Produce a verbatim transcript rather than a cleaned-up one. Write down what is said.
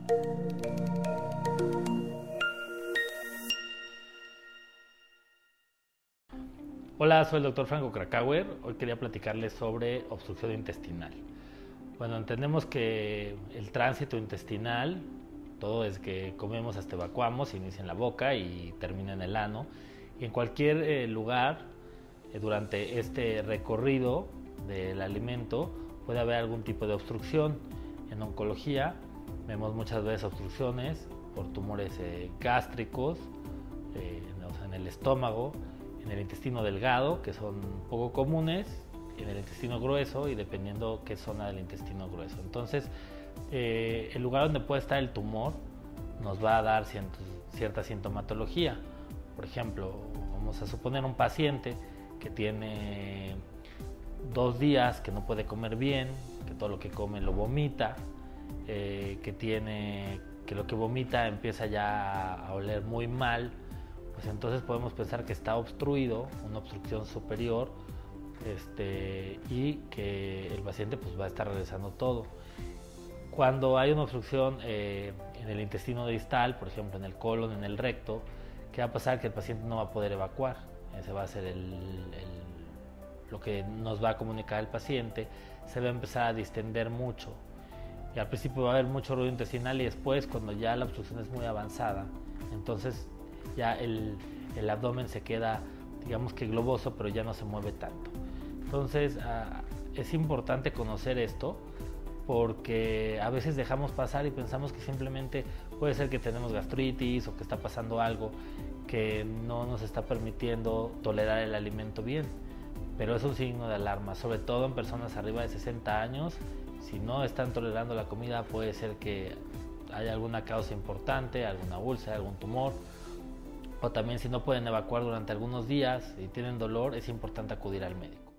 Hola, soy el doctor Franco Krakauer. Hoy quería platicarles sobre obstrucción intestinal. Bueno, entendemos que el tránsito intestinal, todo es que comemos hasta evacuamos, inicia en la boca y termina en el ano. Y en cualquier eh, lugar, eh, durante este recorrido del alimento, puede haber algún tipo de obstrucción. En oncología vemos muchas veces obstrucciones por tumores eh, gástricos, eh, o sea, en el estómago, en el intestino delgado, que son poco comunes, en el intestino grueso y dependiendo qué zona del intestino grueso. Entonces, eh, el lugar donde puede estar el tumor nos va a dar cientos, cierta sintomatología. Por ejemplo, vamos a suponer un paciente que tiene dos días que no puede comer bien, que todo lo que come lo vomita, eh, que tiene que lo que vomita empieza ya a oler muy mal. Pues entonces podemos pensar que está obstruido, una obstrucción superior, este, y que el paciente pues va a estar regresando todo. Cuando hay una obstrucción eh, en el intestino distal, por ejemplo en el colon, en el recto, ¿qué va a pasar? Que el paciente no va a poder evacuar. Ese va a ser el, el, lo que nos va a comunicar el paciente. Se va a empezar a distender mucho. Y al principio va a haber mucho ruido intestinal y después, cuando ya la obstrucción es muy avanzada, entonces ya el, el abdomen se queda, digamos que globoso, pero ya no se mueve tanto. Entonces uh, es importante conocer esto porque a veces dejamos pasar y pensamos que simplemente puede ser que tenemos gastritis o que está pasando algo que no nos está permitiendo tolerar el alimento bien, pero es un signo de alarma, sobre todo en personas arriba de sesenta años. Si no están tolerando la comida, puede ser que haya alguna causa importante, alguna úlcera, algún tumor. O también si no pueden evacuar durante algunos días y tienen dolor, es importante acudir al médico.